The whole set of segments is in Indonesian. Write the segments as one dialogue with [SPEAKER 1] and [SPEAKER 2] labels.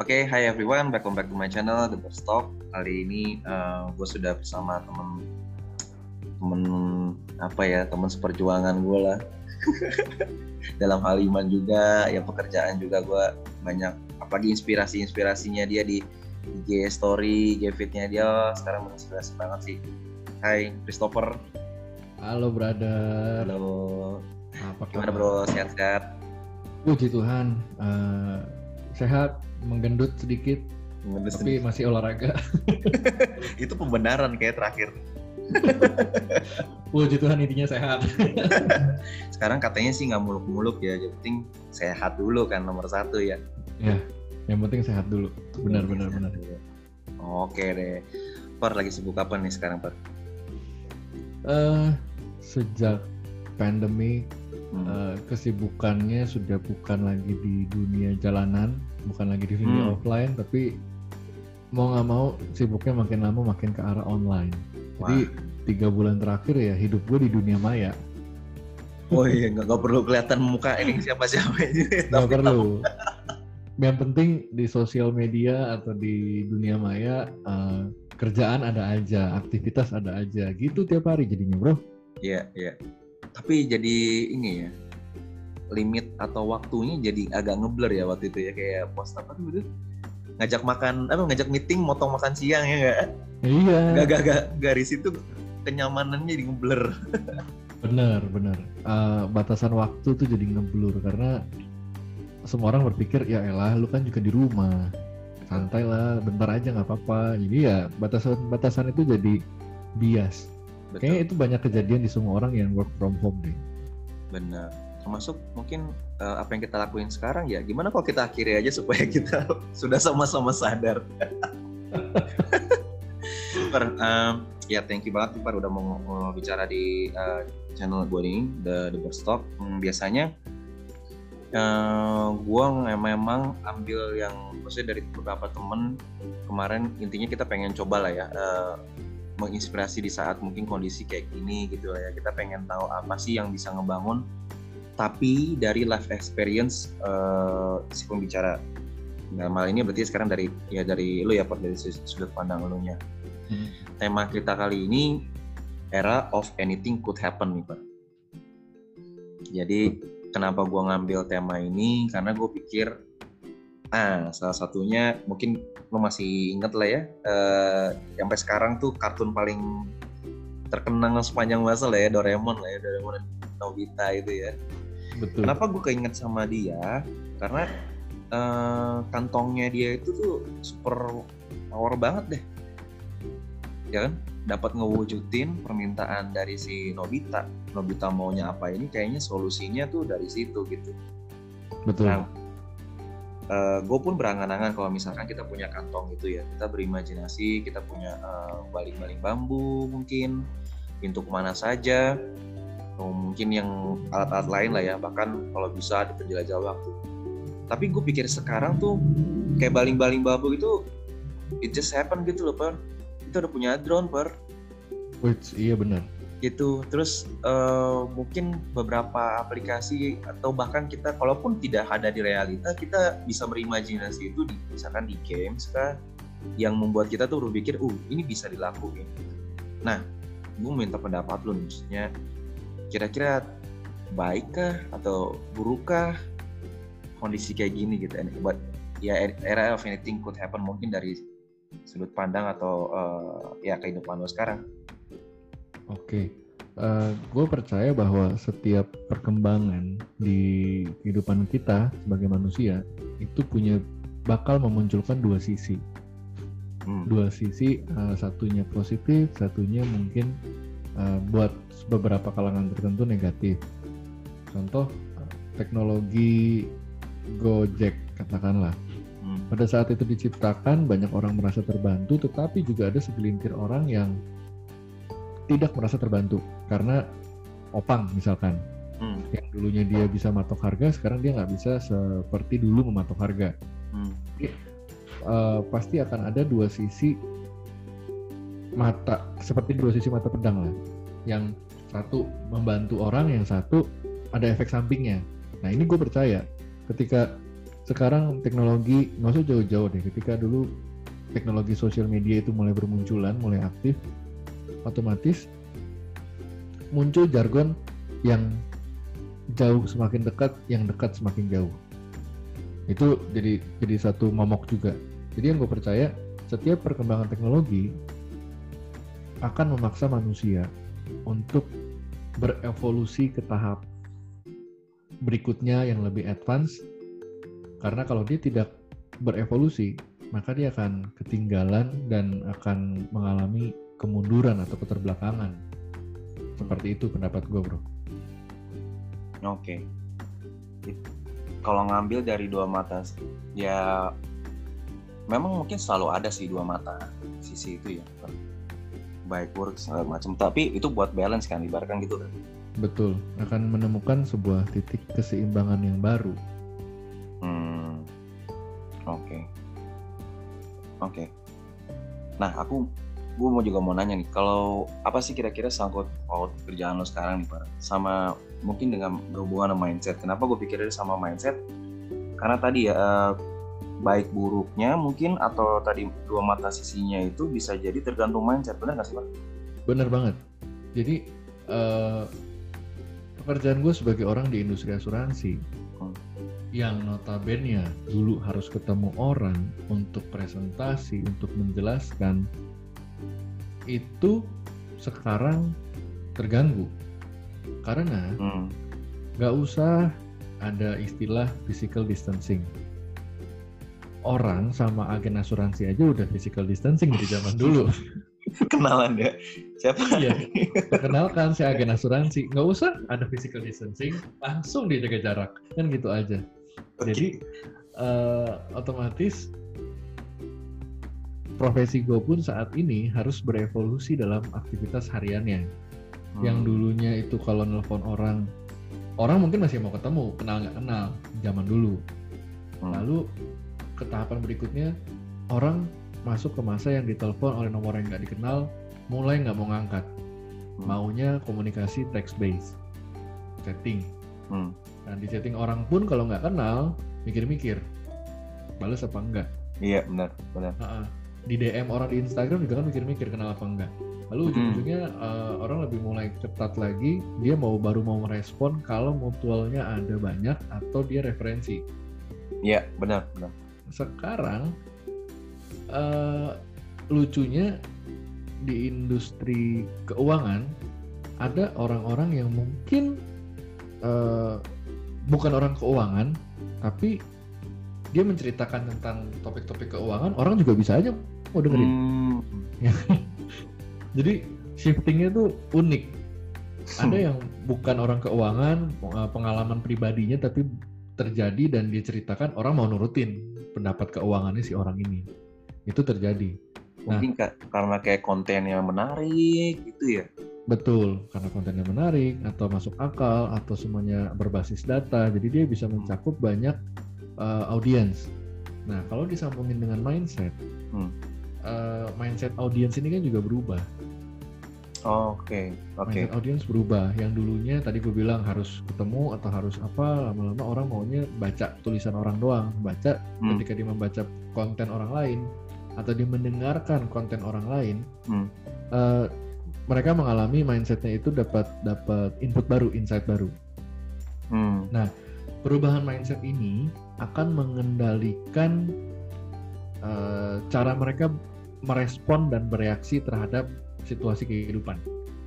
[SPEAKER 1] Oke, hi everyone, welcome back to my channel The First Talk. Kali ini gue sudah bersama teman seperjuangan gue lah. Dalam hal iman juga, ya pekerjaan juga gue banyak. Apalagi inspirasinya dia di IG story, IG feed-nya dia sekarang menginspirasi banget sih. Hai Christopher.
[SPEAKER 2] Halo brother.
[SPEAKER 1] Halo.
[SPEAKER 2] Apa
[SPEAKER 1] Gimana bro? Sehat-sehat?
[SPEAKER 2] Puji Tuhan, sehat, menggendut sedikit, tapi masih olahraga.
[SPEAKER 1] Itu pembenaran kayak terakhir.
[SPEAKER 2] Puji Tuhan intinya sehat.
[SPEAKER 1] Sekarang katanya sih nggak muluk-muluk ya, yang penting sehat dulu kan nomor satu ya.
[SPEAKER 2] Ya, yang penting sehat dulu. Benar.
[SPEAKER 1] Oke deh. Per lagi sibuk apa nih sekarang Per?
[SPEAKER 2] Sejak pandemi kesibukannya sudah bukan lagi di dunia jalanan, bukan lagi di dunia offline, tapi mau nggak mau sibuknya makin lama makin ke arah online. Jadi 3 bulan terakhir ya hidup gue di dunia maya.
[SPEAKER 1] Oh iya, nggak perlu kelihatan muka ini siapa-siapa ini.
[SPEAKER 2] Nggak perlu. Yang penting di sosial media atau di dunia maya kerjaan ada aja, aktivitas ada aja, gitu tiap hari jadinya bro.
[SPEAKER 1] Iya. Tapi jadi ini ya, limit atau waktunya jadi agak ngeblur ya waktu itu ya, kayak post apa tuh ngajak meeting motong makan siang ya nggak?
[SPEAKER 2] Iya.
[SPEAKER 1] Gak garis itu kenyamanannya jadi ngeblur.
[SPEAKER 2] Bener. Batasan waktu tuh jadi ngeblur karena semua orang berpikir ya elah lu kan juga di rumah, santai lah, bentar aja nggak apa-apa. Jadi ya batasan itu jadi bias.
[SPEAKER 1] Betul.
[SPEAKER 2] Kayaknya itu banyak kejadian di semua orang yang work from home deh.
[SPEAKER 1] Benar. Termasuk mungkin apa yang kita lakuin sekarang ya, gimana kalau kita akhiri aja supaya kita sudah sama-sama sadar. Per, ya thank you banget Par udah mau bicara di channel gue ini The First Talk. Biasanya gue memang ambil yang maksudnya dari beberapa temen kemarin, intinya kita pengen coba lah ya menginspirasi di saat mungkin kondisi kayak gini gitu lah ya. Kita pengen tahu apa sih yang bisa ngebangun tapi dari life experience si pembicara. Nah, hal ini berarti sekarang dari lu ya Pak, dari sudut pandang lu nya. Tema kita kali ini era of anything could happen nih Pak. Jadi kenapa gua ngambil tema ini, karena gue pikir salah satunya mungkin lo masih inget lah ya, sampai sekarang tuh kartun paling terkenang sepanjang masa lah ya, Doraemon dan Nobita itu ya.
[SPEAKER 2] Betul.
[SPEAKER 1] Kenapa gue keinget sama dia? Karena kantongnya dia itu tuh super power banget deh, ya kan? Dapat ngewujudin permintaan dari si Nobita maunya apa ini, kayaknya solusinya tuh dari situ gitu.
[SPEAKER 2] Betul.
[SPEAKER 1] Nah, gue pun berangan-angan kalau misalkan kita punya kantong gitu ya, kita berimajinasi, kita punya baling-baling bambu mungkin, pintu kemana saja, atau mungkin yang alat-alat lain lah ya, bahkan kalau bisa ada penjelajah waktu. Tapi gue pikir sekarang tuh kayak baling-baling bambu itu it just happen gitu loh Per. Kita udah punya drone Per.
[SPEAKER 2] Iya benar.
[SPEAKER 1] Gitu. Terus mungkin beberapa aplikasi atau bahkan kita kalaupun tidak ada di realita, kita bisa berimajinasi itu misalkan di games kah, yang membuat kita tuh berpikir ini bisa dilakuin. Nah, gue minta pendapat lu nih, maksudnya kira-kira baikkah atau burukkah kondisi kayak gini gitu, buat ya era of anything could happen, mungkin dari sudut pandang atau ya kehidupan lo sekarang.
[SPEAKER 2] Oke, gue percaya bahwa setiap perkembangan di kehidupan kita sebagai manusia itu bakal memunculkan dua sisi. Dua sisi, satunya positif, satunya mungkin buat beberapa kalangan tertentu negatif. Contoh teknologi Gojek katakanlah. Pada saat itu diciptakan, banyak orang merasa terbantu, tetapi juga ada segelintir orang yang tidak merasa terbantu karena opang misalkan, yang dulunya dia bisa matok harga, sekarang dia nggak bisa seperti dulu mematok harga. Jadi, pasti akan ada dua sisi mata, seperti dua sisi mata pedang lah. Yang satu membantu orang, yang satu ada efek sampingnya. Nah ini gue percaya ketika sekarang teknologi nggak usah jauh-jauh deh. Ketika dulu teknologi sosial media itu mulai bermunculan, mulai aktif, otomatis muncul jargon yang jauh semakin dekat, yang dekat semakin jauh. Itu jadi satu momok juga. Jadi yang gue percaya, setiap perkembangan teknologi akan memaksa manusia untuk berevolusi ke tahap berikutnya yang lebih advance. Karena kalau dia tidak berevolusi, maka dia akan ketinggalan dan akan mengalami kemunduran atau keterbelakangan. Seperti itu pendapat gue, bro.
[SPEAKER 1] Oke. Kalau ngambil dari dua mata, ya memang mungkin selalu ada sih dua mata sisi itu ya, baik buruk segala macam. Tapi itu buat balance kan, ibaratkan gitu kan.
[SPEAKER 2] Betul, akan menemukan sebuah titik keseimbangan yang baru.
[SPEAKER 1] Oke. Nah, gue juga mau nanya nih, kalau apa sih kira-kira sangkut paut kerjaan lo sekarang nih, Pak, sama mungkin dengan berhubungan sama mindset. Kenapa gue pikirnya sama mindset? Karena tadi ya, baik buruknya mungkin atau tadi dua mata sisinya itu bisa jadi tergantung mindset, benar nggak sih, Pak?
[SPEAKER 2] Benar banget. Jadi pekerjaan gue sebagai orang di industri asuransi yang notabene dulu harus ketemu orang untuk presentasi, untuk menjelaskan, itu sekarang terganggu karena nggak usah ada istilah physical distancing. Orang sama agen asuransi aja udah physical distancing di zaman dulu.
[SPEAKER 1] Kenalan ya, siapa?
[SPEAKER 2] Iya, perkenalkan saya agen asuransi, nggak usah ada physical distancing, langsung dia jaga jarak, kan gitu aja. Jadi otomatis profesi gue pun saat ini harus berevolusi dalam aktivitas hariannya. Yang dulunya itu kalau nelpon orang mungkin masih mau ketemu, kenal nggak kenal, zaman dulu. Lalu ke tahapan berikutnya, orang masuk ke masa yang ditelepon oleh nomor yang nggak dikenal, mulai nggak mau ngangkat. Maunya komunikasi text based, chatting. Nah, di chatting orang pun kalau nggak kenal, mikir-mikir, balas apa enggak.
[SPEAKER 1] Iya, benar.
[SPEAKER 2] Di DM orang di Instagram juga kan mikir-mikir kenal apa enggak. Lalu ujung-ujungnya orang lebih mulai ketat lagi, dia baru mau merespon kalau mutualnya ada banyak atau dia referensi.
[SPEAKER 1] Iya, benar.
[SPEAKER 2] Sekarang lucunya di industri keuangan ada orang-orang yang mungkin bukan orang keuangan, tapi dia menceritakan tentang topik-topik keuangan, orang juga bisa aja mau dengerin. Jadi shiftingnya tuh unik. Ada yang bukan orang keuangan, pengalaman pribadinya tapi terjadi dan dia ceritakan, orang mau nurutin pendapat keuangannya si orang ini. Itu terjadi.
[SPEAKER 1] Mungkin karena kayak kontennya menarik gitu ya.
[SPEAKER 2] Betul, karena kontennya menarik atau masuk akal atau semuanya berbasis data, jadi dia bisa mencakup banyak audiens. Nah, kalau disambungin dengan mindset, mindset audiens ini kan juga berubah.
[SPEAKER 1] Oke.
[SPEAKER 2] Mindset audiens berubah. Yang dulunya tadi gue bilang harus ketemu atau harus apa, lama-lama orang maunya baca tulisan orang doang, baca ketika dia membaca konten orang lain atau dia mendengarkan konten orang lain. Mereka mengalami mindsetnya itu dapat input baru, insight baru. Nah, perubahan mindset ini akan mengendalikan cara mereka merespon dan bereaksi terhadap situasi kehidupan.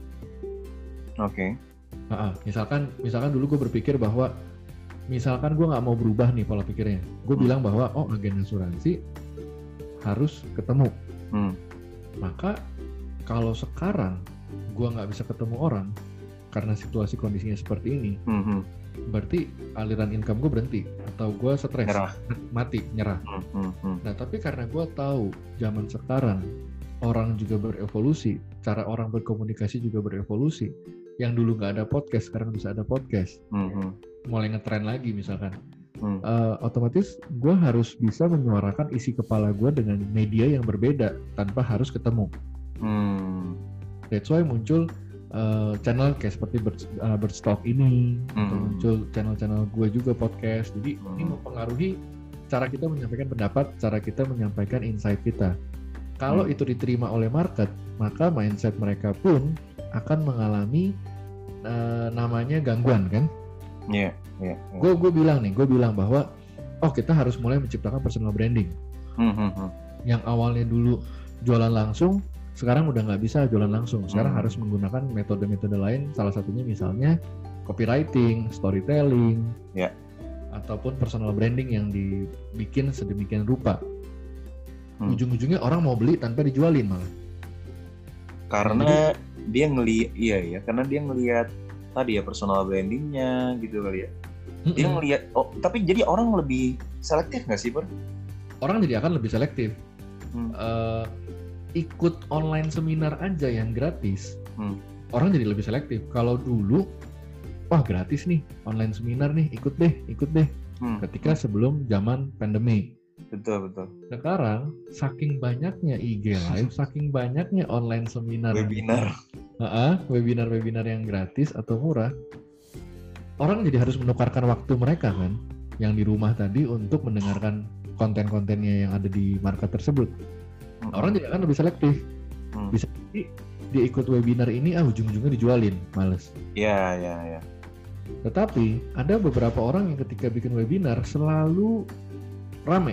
[SPEAKER 1] Oke.
[SPEAKER 2] Misalkan dulu gue berpikir bahwa misalkan gue nggak mau berubah nih pola pikirnya, gue bilang bahwa agen asuransi harus ketemu. Maka kalau sekarang gue nggak bisa ketemu orang karena situasi kondisinya seperti ini, berarti aliran income gue berhenti atau gue stres, mati, nyerah. Nah, tapi karena gue tahu zaman sekarang orang juga berevolusi, cara orang berkomunikasi juga berevolusi. Yang dulu nggak ada podcast, sekarang bisa ada podcast. Mulai ngetren lagi misalkan. Otomatis gue harus bisa menyuarakan isi kepala gue dengan media yang berbeda tanpa harus ketemu. That's why muncul channel kayak seperti Birdstalk ini, atau muncul channel-channel gue juga podcast. Jadi ini mempengaruhi cara kita menyampaikan pendapat, cara kita menyampaikan insight kita. Kalau itu diterima oleh market, maka mindset mereka pun akan mengalami namanya gangguan kan?
[SPEAKER 1] Iya.
[SPEAKER 2] Gue bilang bahwa kita harus mulai menciptakan personal branding. Yang awalnya dulu jualan langsung, sekarang udah nggak bisa jualan langsung. Sekarang harus menggunakan metode-metode lain. Salah satunya misalnya copywriting, storytelling, ataupun personal branding yang dibikin sedemikian rupa. Ujung-ujungnya orang mau beli tanpa dijualin malah.
[SPEAKER 1] Karena dia ngelihat, karena dia ngelihat tadi ya personal brandingnya gitu kali ya. Dia ngelihat, tapi jadi orang lebih selektif nggak sih, Bro?
[SPEAKER 2] Orang jadi akan lebih selektif. Ikut online seminar aja yang gratis, orang jadi lebih selektif. Kalau dulu, wah gratis nih, online seminar nih, ikut deh. Ketika sebelum zaman pandemi.
[SPEAKER 1] Betul.
[SPEAKER 2] Sekarang saking banyaknya IG live, saking banyaknya online seminar, webinar yang gratis atau murah, orang jadi harus menukarkan waktu mereka kan, yang di rumah tadi untuk mendengarkan konten-kontennya yang ada di market tersebut. Orang jadi akan lebih selektif. Bisa jadi dia ikut webinar ini, ujung-ujungnya dijualin, males.
[SPEAKER 1] Iya.
[SPEAKER 2] Tetapi ada beberapa orang yang ketika bikin webinar selalu rame.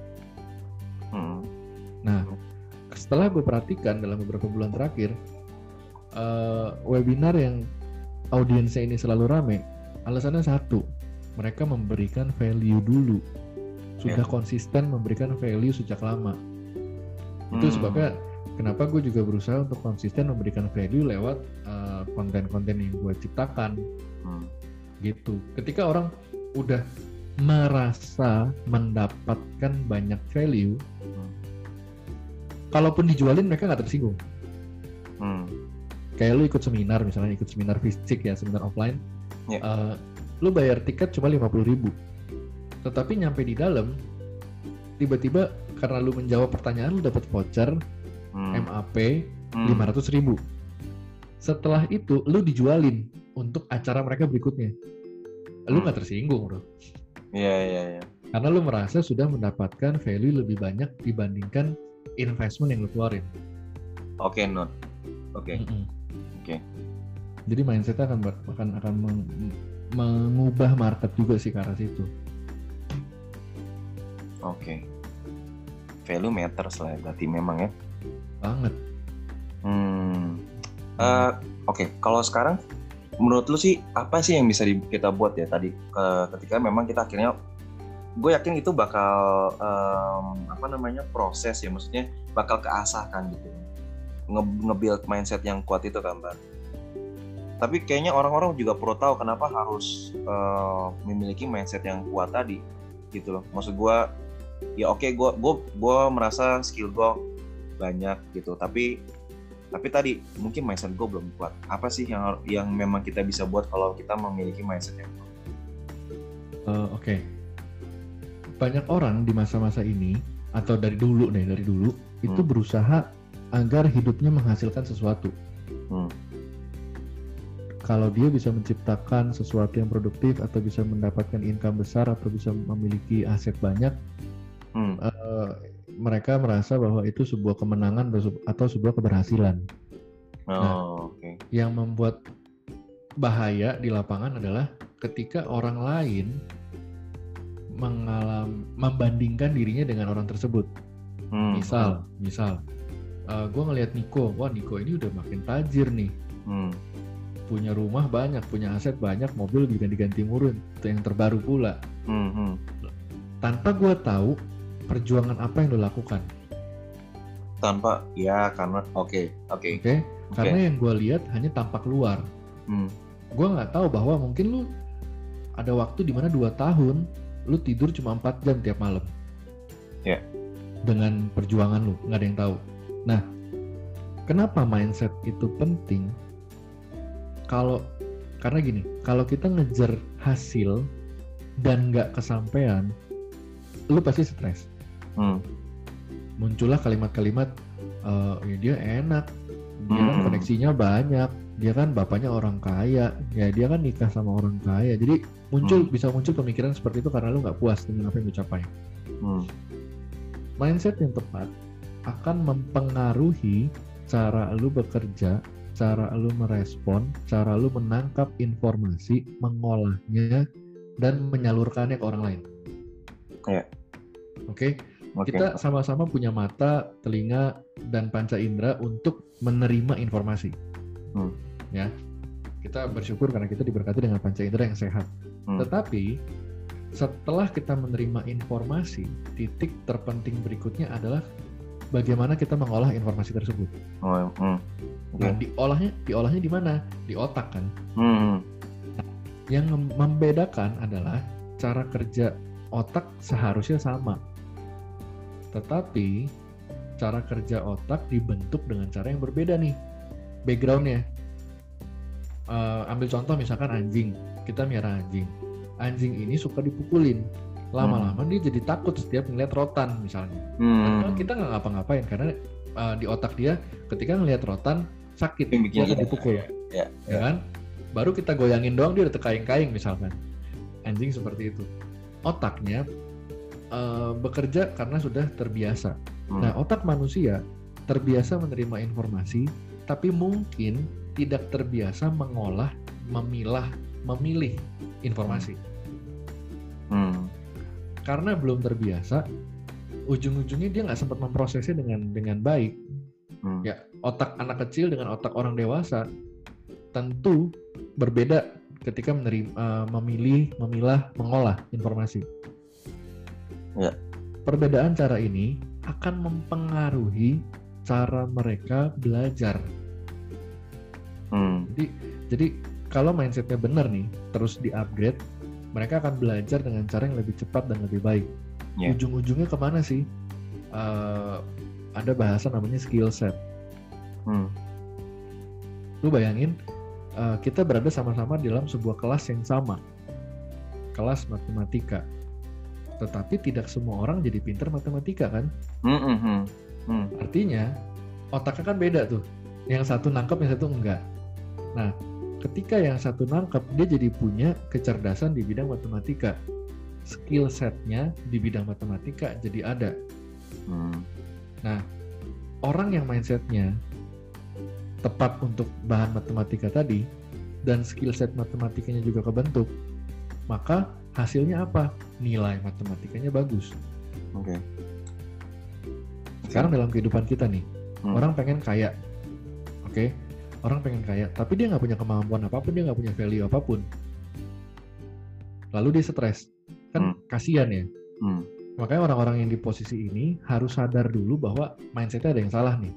[SPEAKER 2] Nah, setelah gue perhatikan dalam beberapa bulan terakhir, webinar yang audiensnya ini selalu rame, alasannya satu, mereka memberikan value dulu, sudah konsisten memberikan value sejak lama. Itu sebabnya kenapa gue juga berusaha untuk konsisten memberikan value lewat konten-konten yang gue ciptakan. Gitu. Ketika orang udah merasa mendapatkan banyak value, kalaupun dijualin mereka nggak tersinggung. Kayak lu ikut seminar, misalnya ikut seminar fisik ya, seminar offline, lu bayar tiket cuma 50.000, tetapi nyampe di dalam, tiba-tiba karena lu menjawab pertanyaan lu dapat voucher MAP 500.000. Setelah itu lu dijualin untuk acara mereka berikutnya, lu nggak tersinggung bro.
[SPEAKER 1] Iya.
[SPEAKER 2] Karena lu merasa sudah mendapatkan value lebih banyak dibandingkan investment yang lu keluarin. Oke. Jadi mindsetnya akan mengubah market juga sih ke arah situ.
[SPEAKER 1] Oke. Value matters lah berarti memang ya.
[SPEAKER 2] Banget.
[SPEAKER 1] Oke. Kalau sekarang menurut lu sih apa sih yang bisa kita buat ya tadi ketika memang kita akhirnya, gue yakin itu bakal proses ya, maksudnya bakal keasah kan gitu, nge-build mindset yang kuat itu kan Bang. Tapi kayaknya orang-orang juga perlu tahu kenapa harus memiliki mindset yang kuat tadi gitu loh. Maksud gue ya gue merasa skill gue banyak gitu, tapi tadi mungkin mindset gue belum kuat. Apa sih yang memang kita bisa buat kalau kita memiliki mindset yang kuat?
[SPEAKER 2] Oke. Banyak orang di masa-masa ini atau dari dulu itu berusaha agar hidupnya menghasilkan sesuatu. Kalau dia bisa menciptakan sesuatu yang produktif atau bisa mendapatkan income besar atau bisa memiliki aset banyak, mereka merasa bahwa itu sebuah kemenangan atau sebuah keberhasilan. Yang membuat bahaya di lapangan adalah ketika orang lain membandingkan dirinya dengan orang tersebut. Misal, gue ngelihat Niko, wah Niko ini udah makin tajir nih, punya rumah banyak, punya aset banyak, mobil juga diganti murun, itu yang terbaru pula. Tanpa gue tahu perjuangan apa yang lo lakukan. Karena yang gue lihat hanya tampak luar. Gue nggak tahu bahwa mungkin lu ada waktu di mana 2 tahun lu tidur cuma 4 jam tiap malam. Dengan perjuangan lu, nggak ada yang tahu. Nah, kenapa mindset itu penting? Karena gini, kalau kita ngejar hasil dan nggak kesampaian, lu pasti stres. Muncullah kalimat-kalimat, ya dia enak, dia kan koneksinya banyak, dia kan bapaknya orang kaya, ya dia kan nikah sama orang kaya, jadi bisa muncul pemikiran seperti itu karena lu nggak puas dengan apa yang lu capai. Mindset yang tepat akan mempengaruhi cara lu bekerja, cara lu merespon, cara lu menangkap informasi, mengolahnya, dan menyalurkannya ke orang lain. Oke? Kita sama-sama punya mata, telinga, dan panca indera untuk menerima informasi. Ya, kita bersyukur karena kita diberkati dengan panca indera yang sehat. Tetapi setelah kita menerima informasi, titik terpenting berikutnya adalah bagaimana kita mengolah informasi tersebut. Nah, diolahnya di mana? Di otak kan. Yang membedakan adalah cara kerja otak seharusnya sama, tetapi cara kerja otak dibentuk dengan cara yang berbeda nih. Backgroundnya, ambil contoh misalkan anjing, kita miara anjing. Anjing ini suka dipukulin, lama-lama dia jadi takut setiap ngeliat rotan misalnya. Padahal kita nggak ngapa-ngapain karena di otak dia ketika ngeliat rotan sakit, dia akan dipukul, ya kan? Baru kita goyangin doang dia udah terkaing-kaing misalkan. Anjing seperti itu. Otaknya bekerja karena sudah terbiasa. Nah, otak manusia terbiasa menerima informasi, tapi mungkin tidak terbiasa mengolah, memilih informasi. Karena belum terbiasa, ujung-ujungnya dia nggak sempat memprosesnya dengan baik. Ya, otak anak kecil dengan otak orang dewasa tentu berbeda ketika memilih, memilah, mengolah informasi. Perbedaan cara ini akan mempengaruhi cara mereka belajar. Jadi kalau mindsetnya benar nih, terus di-upgrade, mereka akan belajar dengan cara yang lebih cepat dan lebih baik. Ujung-ujungnya kemana sih? Ada bahasa namanya skill set. Lu bayangin, kita berada sama-sama dalam sebuah kelas yang sama, kelas matematika. Tetapi tidak semua orang jadi pintar matematika kan? Artinya otaknya kan beda tuh. Yang satu nangkep, yang satu enggak. Nah, ketika yang satu nangkep, dia jadi punya kecerdasan di bidang matematika. Skill setnya di bidang matematika jadi ada. Nah, orang yang mindsetnya tepat untuk bahan matematika tadi, dan skill set matematikanya juga kebentuk, maka hasilnya apa? Nilai matematikanya bagus. Sekarang dalam kehidupan kita nih, orang pengen kaya. Orang pengen kaya, tapi dia nggak punya kemampuan apapun, dia nggak punya value apapun. Lalu dia stres, kan kasihan ya. Makanya orang-orang yang di posisi ini harus sadar dulu bahwa mindsetnya ada yang salah nih.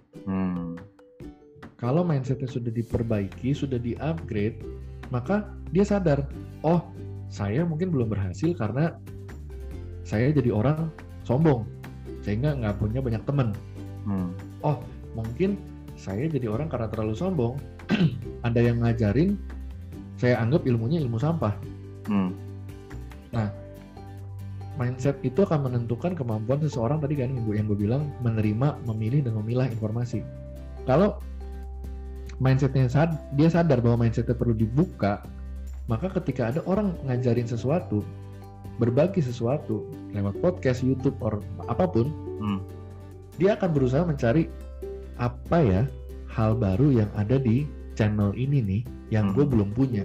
[SPEAKER 2] Kalau mindsetnya sudah diperbaiki, sudah di-upgrade, maka dia sadar, oh saya mungkin belum berhasil karena saya jadi orang sombong, sehingga nggak punya banyak teman. Oh mungkin saya jadi orang karena terlalu sombong, ada yang ngajarin, saya anggap ilmunya ilmu sampah. Nah, mindset itu akan menentukan kemampuan seseorang tadi kan yang gue bilang, menerima, memilih, dan memilah informasi. Kalau mindsetnya dia sadar bahwa mindsetnya perlu dibuka, maka ketika ada orang ngajarin sesuatu, berbagi sesuatu lewat podcast, YouTube, or apapun, dia akan berusaha mencari apa ya hal baru yang ada di channel ini nih yang gue belum punya.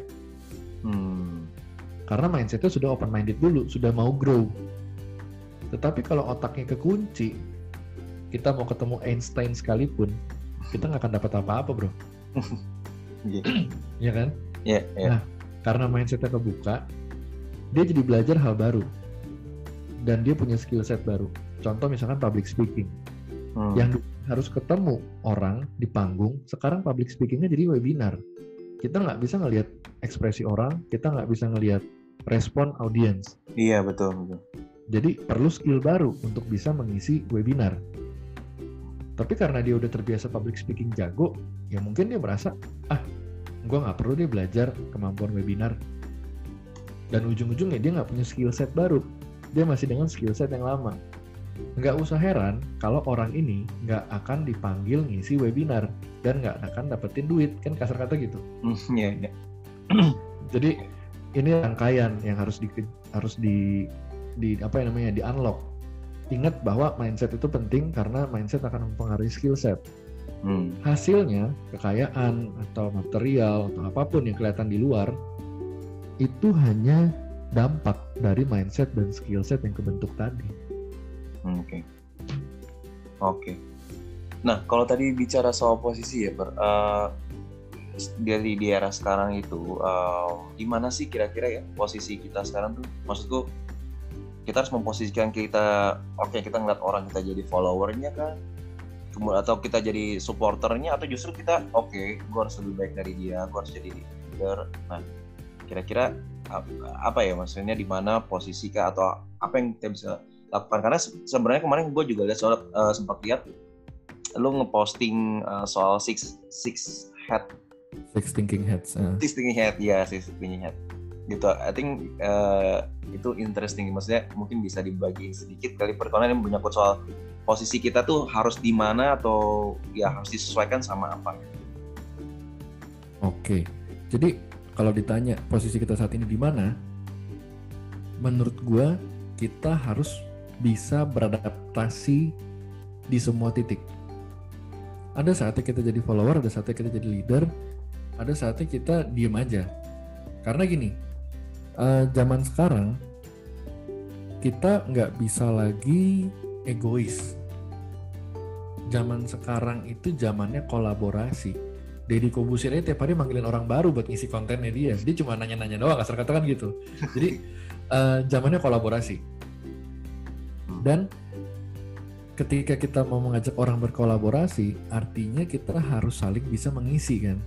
[SPEAKER 2] Karena mindsetnya sudah open minded dulu, sudah mau grow. Tetapi kalau otaknya kekunci, kita mau ketemu Einstein sekalipun, kita nggak akan dapat apa-apa, bro. Iya kan? Nah, karena mindsetnya kebuka, dia jadi belajar hal baru dan dia punya skill set baru. Contoh misalkan public speaking. Yang harus ketemu orang di panggung, sekarang public speakingnya jadi webinar. Kita nggak bisa ngelihat ekspresi orang, kita nggak bisa ngelihat respon audiens.
[SPEAKER 1] Iya, betul.
[SPEAKER 2] Jadi perlu skill baru untuk bisa mengisi webinar. Tapi karena dia udah terbiasa public speaking jago, ya mungkin dia merasa, gue nggak perlu dia belajar kemampuan webinar. Dan ujung-ujungnya dia nggak punya skill set baru, dia masih dengan skill set yang lama. Nggak usah heran kalau orang ini nggak akan dipanggil ngisi webinar. dan nggak akan dapetin duit, kan kasar kata gitu.
[SPEAKER 1] Iya.
[SPEAKER 2] Jadi ini rangkaian yang harus di apa yang namanya, di unlock. Ingat bahwa mindset itu penting karena mindset akan mempengaruhi skill set. Hasilnya kekayaan atau material atau apapun yang kelihatan di luar itu hanya dampak dari mindset dan skill set yang kebentuk tadi.
[SPEAKER 1] Oke. Nah, kalau tadi bicara soal posisi ya, dari di era sekarang itu, di mana sih kira-kira ya posisi kita sekarang tuh? Maksudku, kita harus memposisikan kita, kita ngeliat orang kita jadi followernya kan, atau kita jadi supporternya, atau justru kita, gue harus lebih baik dari dia, gue harus jadi leader. Nah, kira-kira apa ya maksudnya, di mana posisi kah, atau apa yang kita bisa lakukan? Karena sebenarnya kemarin gue juga lihat soal, sempat lihat lu ngeposting soal six thinking head gitu. I think itu interesting, maksudnya mungkin bisa dibagi sedikit kali pertanyaan yang menyangkut soal posisi kita tuh harus di mana, atau ya harus disesuaikan sama apa.
[SPEAKER 2] Oke. Jadi kalau ditanya posisi kita saat ini di mana, menurut gua kita harus bisa beradaptasi di semua titik. Ada saatnya kita jadi follower, ada saatnya kita jadi leader, ada saatnya kita diem aja. Karena gini, zaman sekarang kita nggak bisa lagi egois. Zaman sekarang itu zamannya kolaborasi. Deddy Corbuzier aja tiap hari manggilin orang baru buat ngisi kontennya dia. Dia cuma nanya-nanya doang, kasar kata kan gitu. Jadi zamannya kolaborasi. Dan ketika kita mau mengajak orang berkolaborasi, artinya kita harus saling bisa mengisi kan.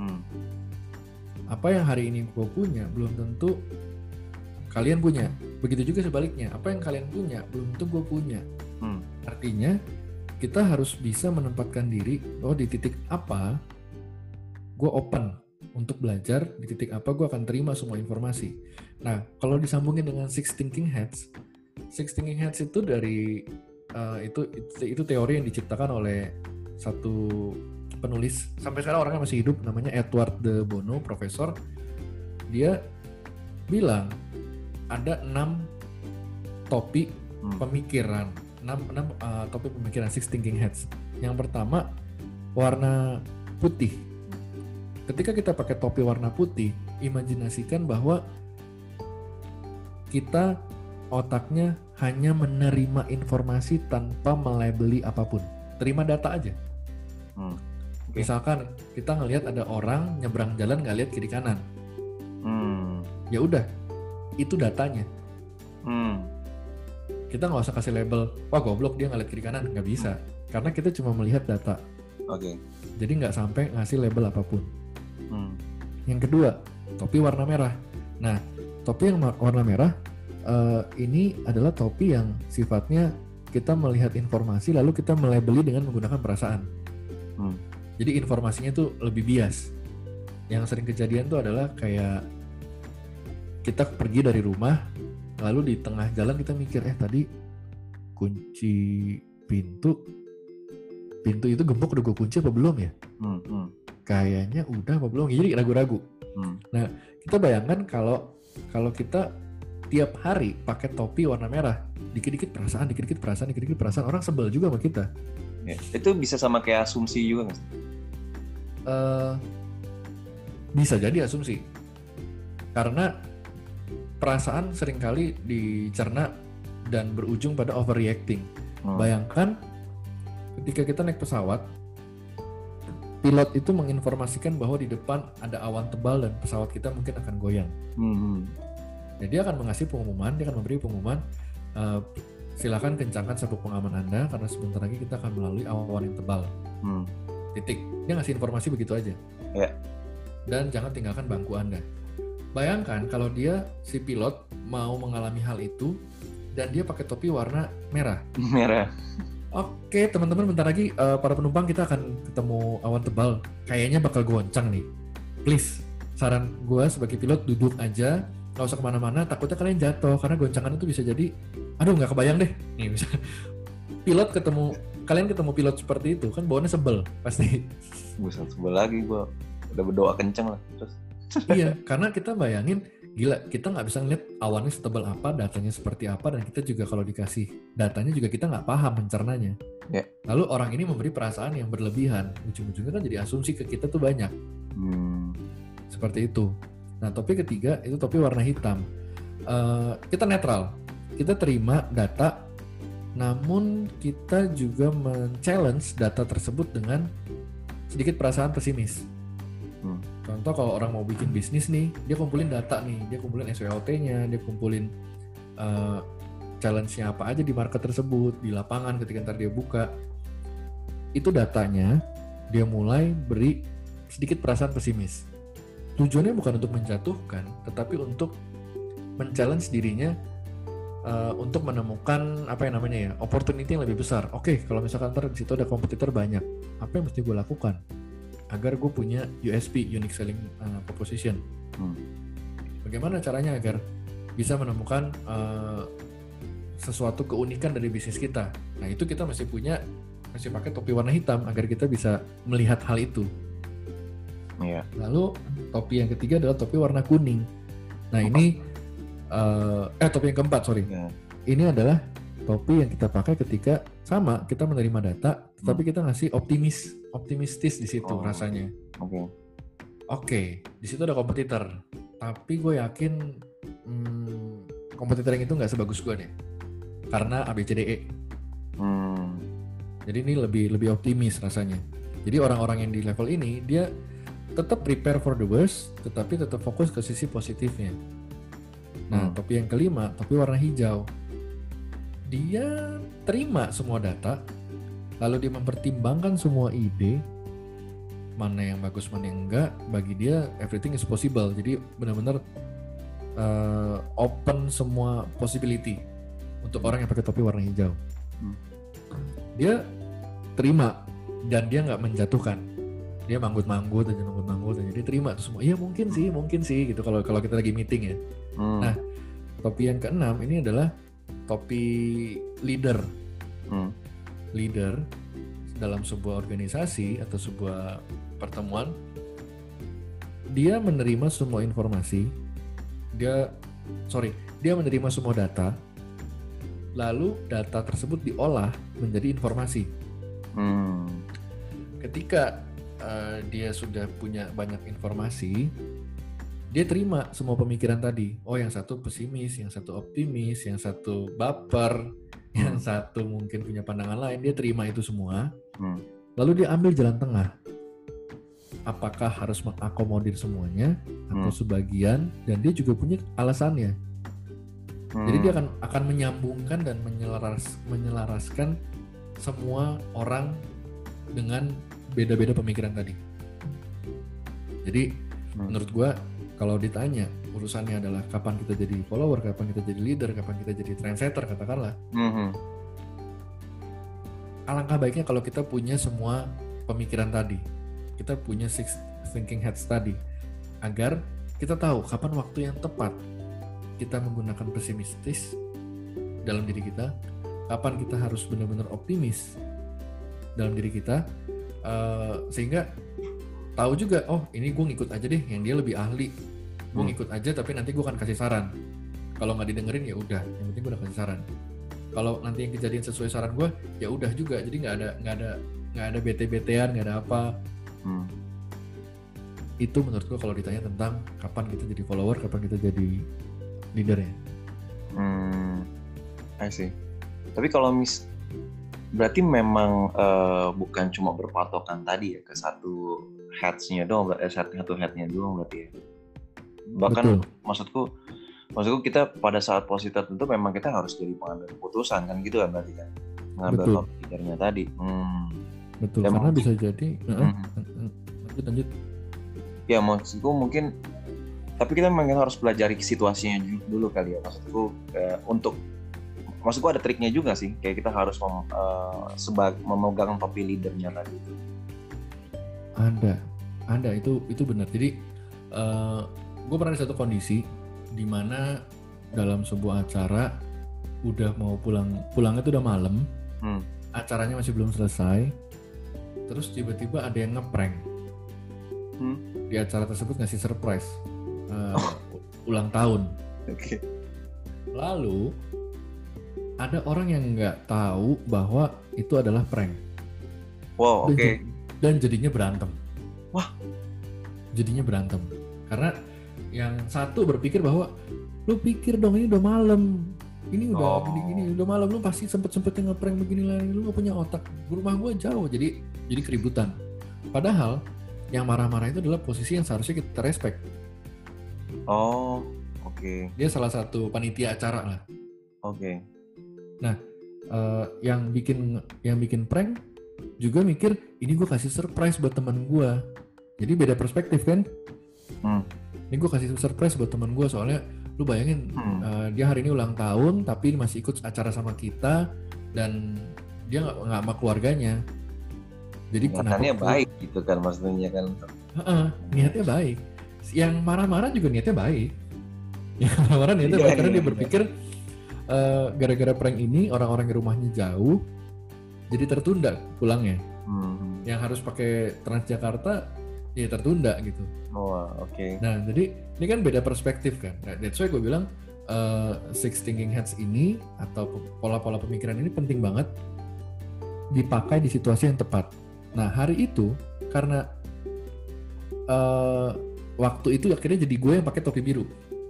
[SPEAKER 2] Apa yang hari ini gue punya belum tentu kalian punya. Begitu juga sebaliknya, apa yang kalian punya belum tentu gue punya. Artinya kita harus bisa menempatkan diri, di titik apa gue open untuk belajar, di titik apa gue akan terima semua informasi. Nah, kalau disambungin dengan Six Thinking Heads itu dari itu teori yang diciptakan oleh satu penulis, sampai sekarang orangnya masih hidup, namanya Edward de Bono, profesor. Dia bilang ada 6 topik pemikiran, 6 topik pemikiran Six Thinking Heads. Yang pertama, warna putih. Ketika kita pakai topi warna putih, imajinasikan bahwa kita otaknya hanya menerima informasi tanpa melabeli apapun. Terima data aja. Misalkan kita ngelihat ada orang nyebrang jalan nggak lihat kiri kanan. Ya udah, itu datanya. Kita nggak usah kasih label, wah goblok dia nggak lihat kiri kanan, nggak bisa. Karena kita cuma melihat data. Jadi nggak sampai ngasih label apapun. Yang kedua, topi warna merah. Nah, topi yang warna merah ini adalah topi yang sifatnya kita melihat informasi lalu kita melabeli dengan menggunakan perasaan. Jadi informasinya tuh lebih bias. Yang sering kejadian tuh adalah kayak kita pergi dari rumah, lalu di tengah jalan kita mikir, tadi kunci pintu itu gembok udah gue kunci apa belum ya? Kayaknya udah apa belum? Jadi ragu-ragu. Nah, kita bayangkan kalau kita tiap hari pakai topi warna merah, dikit-dikit perasaan, orang sebel juga sama kita.
[SPEAKER 1] Ya, itu bisa sama kayak asumsi juga nggak sih?
[SPEAKER 2] Bisa jadi asumsi. Karena perasaan seringkali dicerna dan berujung pada overreacting. Bayangkan ketika kita naik pesawat, pilot itu menginformasikan bahwa di depan ada awan tebal dan pesawat kita mungkin akan goyang. Jadi dia akan mengasih pengumuman, dia akan memberi pengumuman, silakan kencangkan sabuk pengaman Anda karena sebentar lagi kita akan melalui awan yang tebal. Titik. Dia ngasih informasi begitu aja. Dan jangan tinggalkan bangku Anda. Bayangkan kalau dia, si pilot, mau mengalami hal itu dan dia pakai topi warna merah. Oke, teman-teman, bentar lagi para penumpang kita akan ketemu awan tebal. Kayaknya bakal goncang nih. Please, saran gue sebagai pilot, duduk aja, nggak usah kemana-mana. Takutnya kalian jatuh karena goncangan itu bisa jadi, aduh nggak kebayang deh. Nih, misalnya pilot ketemu kalian ketemu pilot seperti itu kan bawaannya sebel pasti.
[SPEAKER 1] Buset, sebel lagi gue udah berdoa kenceng lah terus.
[SPEAKER 2] Iya, karena kita bayangin gila, kita nggak bisa ngeliat awannya setebal apa, datanya seperti apa, dan kita juga kalau dikasih datanya juga kita nggak paham mencernanya.
[SPEAKER 1] Ya.
[SPEAKER 2] Lalu orang ini memberi perasaan yang berlebihan, ujung-ujungnya kan jadi asumsi ke kita tuh banyak. Seperti itu. Nah, topi ketiga itu topi warna hitam. Kita netral, kita terima data, namun kita juga men-challenge data tersebut dengan sedikit perasaan pesimis. Contoh kalau orang mau bikin bisnis nih, dia kumpulin data nih, dia kumpulin SWOT-nya, dia kumpulin challenge-nya apa aja di market tersebut, di lapangan ketika ntar dia buka. Itu datanya, dia mulai beri sedikit perasaan pesimis. Tujuannya bukan untuk menjatuhkan, tetapi untuk men-challenge dirinya untuk menemukan apa yang namanya ya, opportunity yang lebih besar. Oke, kalau misalkan ntar di situ ada kompetitor banyak, apa yang mesti gue lakukan agar gue punya USP, unique selling proposition? Bagaimana caranya agar bisa menemukan sesuatu keunikan dari bisnis kita? Nah, itu kita masih pakai topi warna hitam agar kita bisa melihat hal itu.
[SPEAKER 1] Iya.
[SPEAKER 2] Lalu topi yang ketiga adalah topi warna kuning. Nah, ini topi yang keempat, sorry.
[SPEAKER 1] Ya. Ini
[SPEAKER 2] adalah topi yang kita pakai ketika sama kita menerima data, tetapi kita ngasih optimistis di situ rasanya. Oke, di situ ada kompetitor. Tapi gue yakin kompetitor yang itu nggak sebagus gue deh, karena ABCDE. Jadi ini lebih optimis rasanya. Jadi orang-orang yang di level ini dia tetap prepare for the worst, tetapi tetap fokus ke sisi positifnya. Nah, topi yang kelima, topi warna hijau. Dia terima semua data, lalu dia mempertimbangkan semua ide, mana yang bagus, mana yang enggak. Bagi dia, everything is possible. Jadi benar-benar open semua possibility untuk orang yang pakai topi warna hijau. Dia terima dan dia nggak menjatuhkan. Dia manggut-manggut aja, jadi terima tuh semua. Iya mungkin sih gitu kalau kita lagi meeting ya. Nah, topi yang keenam ini adalah topi leader. Leader dalam sebuah organisasi atau sebuah pertemuan, dia menerima semua informasi, dia menerima semua data, lalu data tersebut diolah menjadi informasi. Ketika dia sudah punya banyak informasi, dia terima semua pemikiran tadi. Oh, yang satu pesimis, yang satu optimis, yang satu baper, yang satu mungkin punya pandangan lain. Dia terima itu semua, lalu dia ambil jalan tengah. Apakah harus mengakomodir semuanya atau sebagian? Dan dia juga punya alasannya. Jadi dia akan menyambungkan dan menyelaraskan semua orang dengan beda-beda pemikiran tadi. Jadi menurut gua kalau ditanya urusannya adalah kapan kita jadi follower, kapan kita jadi leader, kapan kita jadi trendsetter katakanlah. Alangkah baiknya kalau kita punya semua pemikiran tadi. Kita punya six thinking heads tadi agar kita tahu kapan waktu yang tepat kita menggunakan pesimistis dalam diri kita, kapan kita harus benar-benar optimis dalam diri kita, sehingga tahu juga, oh ini gue ngikut aja deh yang dia lebih ahli, gue ngikut aja tapi nanti gue akan kasih saran. Kalau nggak didengerin ya udah, yang penting gue udah kasih saran. Kalau nanti yang kejadian sesuai saran gue ya udah juga, jadi nggak ada bete-betean, nggak ada apa. Itu menurut gue kalau ditanya tentang kapan kita jadi follower, kapan kita jadi leader ya.
[SPEAKER 1] I see. Tapi kalau berarti memang bukan cuma berpatokan tadi ya ke satu heads-nya doang, satu head-nya doang berarti ya. Bahkan maksudku kita pada saat posisi tertentu memang kita harus jadi pengambil keputusan kan gitu kan berarti kan. Mengambil top leadernya tadi.
[SPEAKER 2] Betul. Dan karena bisa jadi lanjut.
[SPEAKER 1] Ya maksudku mungkin, tapi kita memang harus pelajari situasinya dulu kali ya. Maksudku ada triknya juga sih, kayak kita harus memegang topi leadernya tadi.
[SPEAKER 2] Ada itu benar. Jadi gue pernah di satu kondisi di mana dalam sebuah acara udah mau pulangnya tuh udah malam. acaranya masih belum selesai, terus tiba-tiba ada yang ngeprank di acara tersebut, ngasih surprise ulang tahun.
[SPEAKER 1] Oke.
[SPEAKER 2] Lalu ada orang yang nggak tahu bahwa itu adalah prank.
[SPEAKER 1] Wow, oke.
[SPEAKER 2] Dan jadinya berantem.
[SPEAKER 1] Wah.
[SPEAKER 2] Jadinya berantem. Karena yang satu berpikir bahwa lu pikir dong ini udah malam. Ini udah gini-gini, udah malam, lu pasti sempet-sempetnya ngeprank begini lagi, lu gak punya otak. Rumah gue jauh, jadi keributan. Padahal yang marah-marah itu adalah posisi yang seharusnya kita respect.
[SPEAKER 1] Oh, oke.
[SPEAKER 2] Dia salah satu panitia acara lah.
[SPEAKER 1] Oke.
[SPEAKER 2] Nah, yang bikin prank juga mikir ini gue kasih surprise buat teman gue. Jadi beda perspektif kan? Ini gue kasih surprise buat teman gue, soalnya lu bayangin dia hari ini ulang tahun tapi masih ikut acara sama kita dan dia nggak sama keluarganya. Jadi
[SPEAKER 1] niatnya baik gitu kan, maksudnya kan.
[SPEAKER 2] Niatnya baik. Yang marah-marah juga niatnya baik. Yang marah-marah niatnya baik karena dia berpikir gara-gara prank ini orang-orang di rumahnya jauh, jadi tertunda pulangnya. Yang harus pakai Transjakarta ya tertunda gitu.
[SPEAKER 1] Oh, oke.
[SPEAKER 2] Nah, jadi ini kan beda perspektif kan. Nah, that's why gue bilang six thinking hats ini atau pola-pola pemikiran ini penting banget dipakai di situasi yang tepat. Nah, hari itu karena waktu itu akhirnya jadi gue yang pakai topi biru.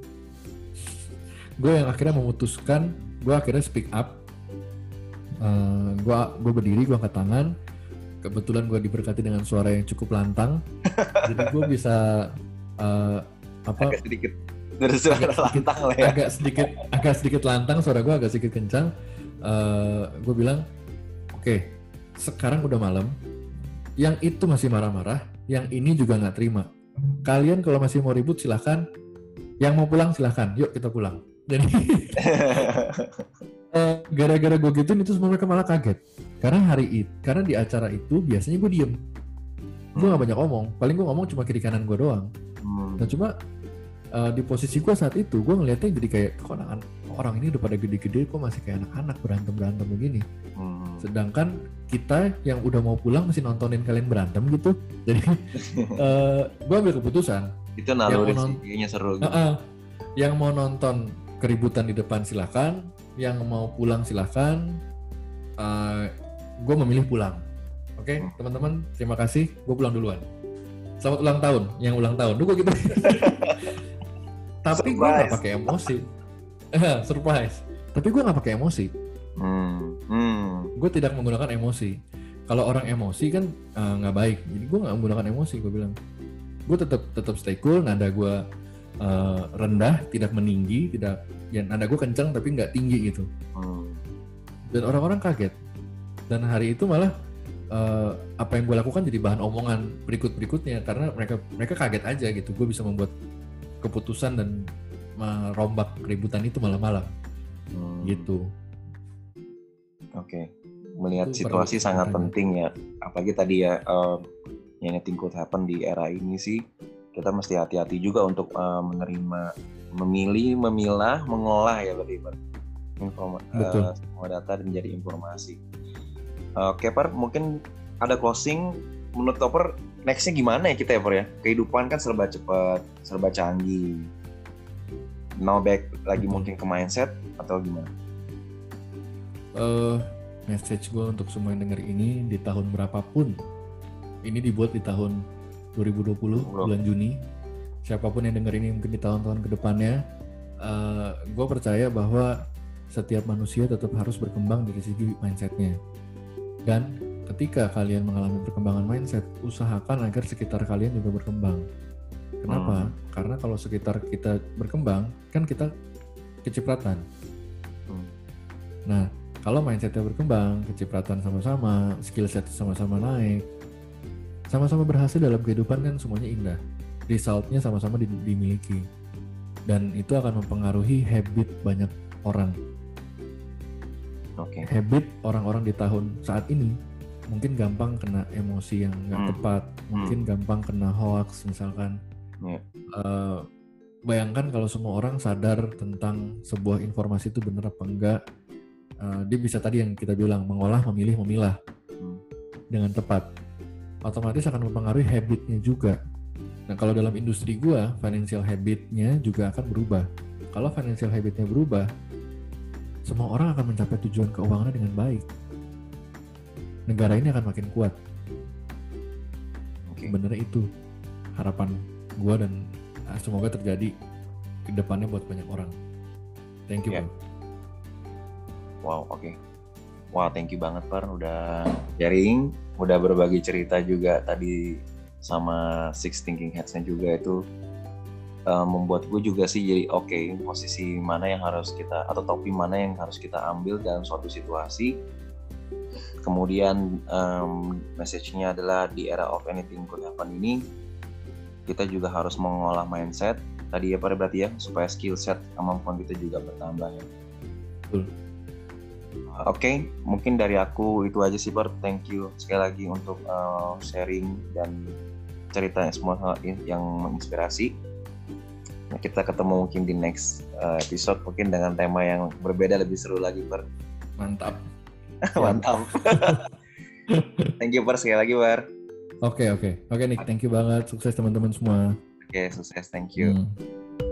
[SPEAKER 2] Gue yang akhirnya memutuskan, gue akhirnya speak up. Gue berdiri, gue angkat tangan. Kebetulan gue diberkati dengan suara yang cukup lantang, jadi gue bisa
[SPEAKER 1] agak sedikit dari suara lantang lah ya.
[SPEAKER 2] Agak sedikit lantang, suara gue agak sedikit kencang. Gue bilang, oke, sekarang udah malam. Yang itu masih marah-marah, yang ini juga nggak terima. Kalian kalau masih mau ribut silahkan. Yang mau pulang silahkan. Yuk kita pulang. Jadi gara-gara gue gituin itu semua mereka malah kaget. Karena di acara itu biasanya gue diem. Gue gak banyak ngomong. Paling gue ngomong cuma kiri kanan gue doang. Nah cuma di posisi gue saat itu gue ngeliatnya jadi kayak kok orang ini udah pada gede-gede kok masih kayak anak-anak berantem begini. Sedangkan kita yang udah mau pulang masih nontonin kalian berantem gitu. Jadi gue ambil keputusan.
[SPEAKER 1] Itu naluri sih, kayaknya seru gitu.
[SPEAKER 2] Yang mau nonton keributan di depan silakan, yang mau pulang silakan. Gue memilih pulang. Oke, teman-teman, terima kasih. Gue pulang duluan. Selamat ulang tahun, yang ulang tahun. Gue gitu. Tapi gue nggak pakai emosi. Surprise. Tapi gue nggak pakai emosi. Gue tidak menggunakan emosi. Kalau orang emosi kan nggak baik. Jadi gue nggak menggunakan emosi. Gue bilang, gue tetap stay cool. Nada gue rendah, tidak meninggi, ya nada gue kencang tapi nggak tinggi gitu. Dan orang-orang kaget. Dan hari itu malah apa yang gue lakukan jadi bahan omongan berikutnya karena mereka kaget aja gitu. Gue bisa membuat keputusan dan merombak keributan itu malam-malam gitu.
[SPEAKER 1] Oke. Melihat itu situasi sangat penting ya. Apalagi tadi ya anything could happen di era ini sih. Kita mesti hati-hati juga untuk menerima, memilih, memilah, mengolah ya berarti semua data dan menjadi informasi. Oke, Par, mungkin ada closing. Menurut Topper, next-nya gimana ya kita ya, Par ya? Kehidupan kan serba cepat, serba canggih. Now back lagi mungkin ke mindset atau gimana?
[SPEAKER 2] Message gue untuk semua yang denger ini di tahun berapapun. Ini dibuat di tahun 2020, bulan Juni. Siapapun yang denger ini mungkin di tahun-tahun kedepannya, gue percaya bahwa setiap manusia tetap harus berkembang dari segi mindsetnya. Dan ketika kalian mengalami perkembangan mindset, usahakan agar sekitar kalian juga berkembang. Kenapa? Karena kalau sekitar kita berkembang, kan kita kecipratan. Nah, kalau mindsetnya berkembang, kecipratan sama-sama, skill set sama-sama naik, sama-sama berhasil dalam kehidupan kan semuanya indah. Resultnya sama-sama dimiliki. Dan itu akan mempengaruhi habit banyak orang. Habit orang-orang di tahun saat ini mungkin gampang kena emosi yang nggak tepat, mungkin gampang kena hoax misalkan. Bayangkan kalau semua orang sadar tentang sebuah informasi itu benar apa enggak, dia bisa tadi yang kita bilang mengolah, memilih, memilah dengan tepat. Otomatis akan mempengaruhi habitnya juga. Nah, kalau dalam industri gua, financial habitnya juga akan berubah. Kalau financial habitnya berubah, semua orang akan mencapai tujuan keuangannya dengan baik. Negara ini akan makin kuat. Sebenarnya itu harapan gua dan semoga terjadi ke depannya buat banyak orang. Thank you, Bro.
[SPEAKER 1] Wow, oke. Wah, thank you banget, Par. Udah sharing, udah berbagi cerita juga tadi sama Six Thinking Hats-nya juga itu membuat gue juga sih jadi posisi mana yang harus kita, atau topi mana yang harus kita ambil dalam suatu situasi. Kemudian message-nya adalah di era of anything could happen ini, kita juga harus mengolah mindset tadi ya Pak, berarti ya, supaya skill set kemampuan kita juga bertambah ya.
[SPEAKER 2] Betul.
[SPEAKER 1] Oke, mungkin dari aku itu aja sih Pak. Thank you sekali lagi untuk sharing dan cerita semua yang menginspirasi. Nah, kita ketemu mungkin di next episode mungkin dengan tema yang berbeda, lebih seru lagi Pak.
[SPEAKER 2] Mantap.
[SPEAKER 1] Mantap. Thank you Pak sekali lagi Pak.
[SPEAKER 2] Oke Nick, thank you banget. Sukses teman-teman semua.
[SPEAKER 1] Oke, sukses, thank you.